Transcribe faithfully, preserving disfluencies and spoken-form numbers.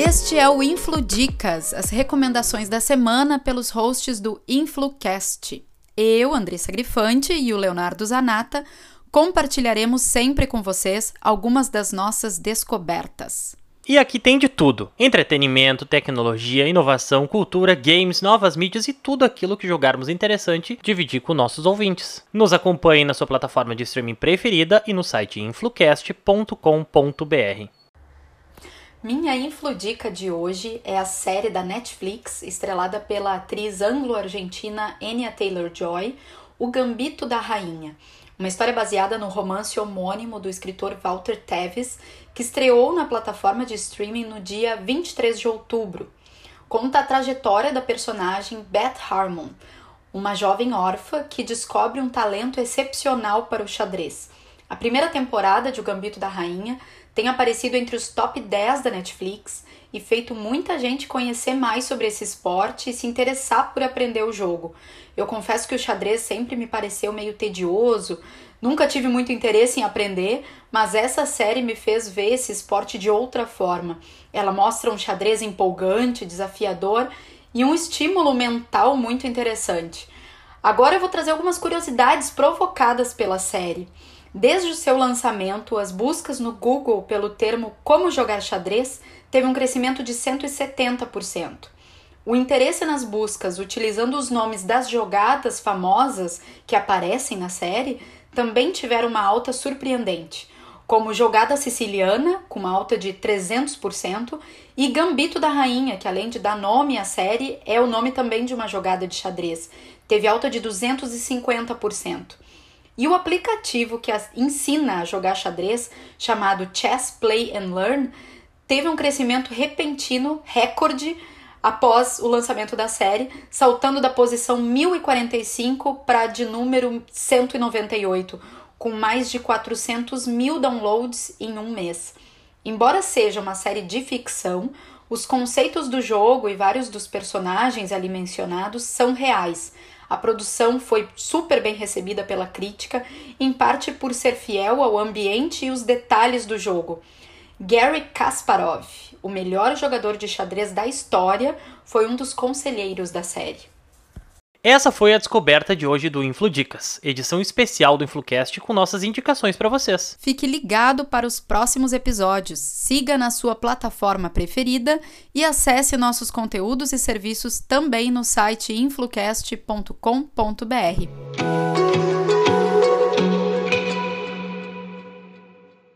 Este é o InfluDicas, as recomendações da semana pelos hosts do InfluCast. Eu, Andressa Grifante e o Leonardo Zanata compartilharemos sempre com vocês algumas das nossas descobertas. E aqui tem de tudo: entretenimento, tecnologia, inovação, cultura, games, novas mídias e tudo aquilo que julgarmos interessante dividir com nossos ouvintes. Nos acompanhe na sua plataforma de streaming preferida e no site influcast ponto com ponto b r. Minha infludica de hoje é a série da Netflix, estrelada pela atriz anglo-argentina Anya Taylor-Joy, O Gambito da Rainha. Uma história baseada no romance homônimo do escritor Walter Tevis, que estreou na plataforma de streaming no dia vinte e três de outubro. Conta a trajetória da personagem Beth Harmon, uma jovem órfã que descobre um talento excepcional para o xadrez. A primeira temporada de O Gambito da Rainha tem aparecido entre os top dez da Netflix e feito muita gente conhecer mais sobre esse esporte e se interessar por aprender o jogo. Eu confesso que o xadrez sempre me pareceu meio tedioso, nunca tive muito interesse em aprender, mas essa série me fez ver esse esporte de outra forma. Ela mostra um xadrez empolgante, desafiador e um estímulo mental muito interessante. Agora eu vou trazer algumas curiosidades provocadas pela série. Desde o seu lançamento, as buscas no Google pelo termo como jogar xadrez teve um crescimento de cento e setenta por cento. O interesse nas buscas utilizando os nomes das jogadas famosas que aparecem na série também tiveram uma alta surpreendente, como Jogada Siciliana, com uma alta de trezentos por cento, e Gambito da Rainha, que além de dar nome à série, é o nome também de uma jogada de xadrez, teve alta de duzentos e cinquenta por cento. E o aplicativo que ensina a jogar xadrez, chamado Chess Play and Learn, teve um crescimento repentino, recorde, após o lançamento da série, saltando da posição mil e quarenta e cinco para a de número cento e noventa e oito, com mais de quatrocentos mil downloads em um mês. Embora seja uma série de ficção, os conceitos do jogo e vários dos personagens ali mencionados são reais. A produção foi super bem recebida pela crítica, em parte por ser fiel ao ambiente e os detalhes do jogo. Garry Kasparov, o melhor jogador de xadrez da história, foi um dos conselheiros da série. Essa foi a descoberta de hoje do InfluDicas, edição especial do InfluCast com nossas indicações para vocês. Fique ligado para os próximos episódios, siga na sua plataforma preferida e acesse nossos conteúdos e serviços também no site influcast ponto com ponto b r.